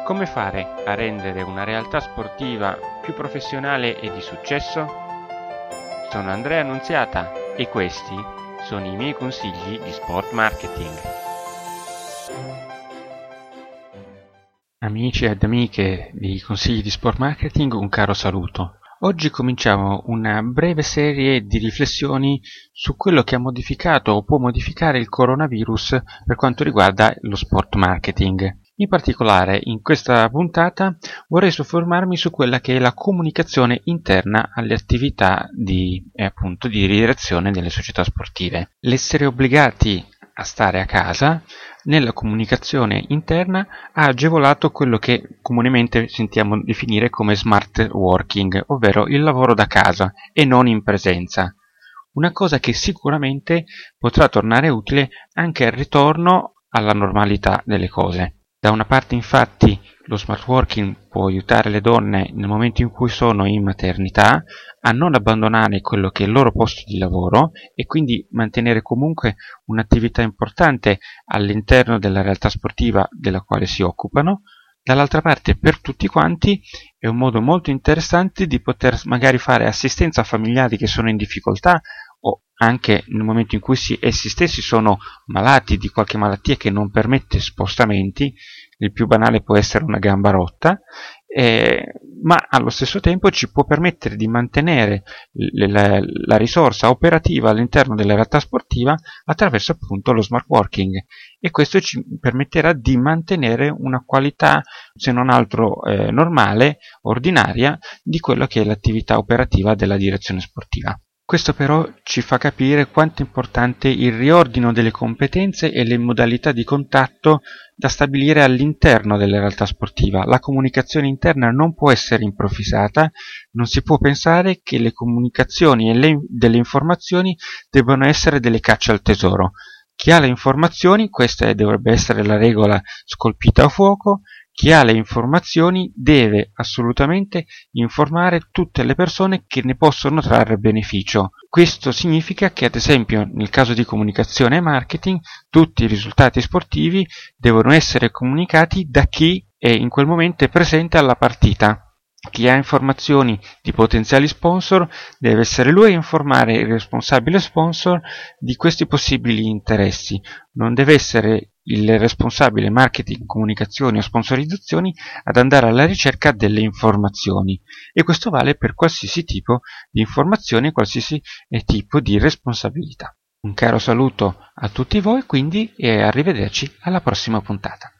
Come fare a rendere una realtà sportiva più professionale e di successo? Sono Andrea Annunziata e questi sono i miei consigli di sport marketing. Amici ed amiche di consigli di sport marketing, un caro saluto. Oggi cominciamo una breve serie di riflessioni su quello che ha modificato o può modificare il coronavirus per quanto riguarda lo sport marketing. In particolare, in questa puntata vorrei soffermarmi su quella che è la comunicazione interna alle attività di direzione delle società sportive. L'essere obbligati a stare a casa nella comunicazione interna ha agevolato quello che comunemente sentiamo definire come smart working, ovvero il lavoro da casa e non in presenza. Una cosa che sicuramente potrà tornare utile anche al ritorno alla normalità delle cose. Da una parte, infatti, lo smart working può aiutare le donne nel momento in cui sono in maternità a non abbandonare quello che è il loro posto di lavoro e quindi mantenere comunque un'attività importante all'interno della realtà sportiva della quale si occupano. Dall'altra parte, per tutti quanti è un modo molto interessante di poter magari fare assistenza a familiari che sono in difficoltà o anche nel momento in cui essi stessi sono malati di qualche malattia che non permette spostamenti. Il più banale può essere una gamba rotta, ma allo stesso tempo ci può permettere di mantenere la risorsa operativa all'interno della realtà sportiva attraverso appunto lo smart working, e questo ci permetterà di mantenere una qualità, se non altro normale, ordinaria, di quello che è l'attività operativa della direzione sportiva. Questo però ci fa capire quanto è importante il riordino delle competenze e le modalità di contatto da stabilire all'interno della realtà sportiva. La comunicazione interna non può essere improvvisata, non si può pensare che le comunicazioni e delle informazioni debbano essere delle cacce al tesoro. Chi ha le informazioni, questa dovrebbe essere la regola scolpita a fuoco, chi ha le informazioni deve assolutamente informare tutte le persone che ne possono trarre beneficio. Questo significa che, ad esempio, nel caso di comunicazione e marketing, tutti i risultati sportivi devono essere comunicati da chi è in quel momento presente alla partita. Chi ha informazioni di potenziali sponsor deve essere lui a informare il responsabile sponsor di questi possibili interessi. Non deve essere il responsabile marketing, comunicazioni o sponsorizzazioni ad andare alla ricerca delle informazioni, e questo vale per qualsiasi tipo di informazione e qualsiasi tipo di responsabilità. Un caro saluto a tutti voi quindi e arrivederci alla prossima puntata.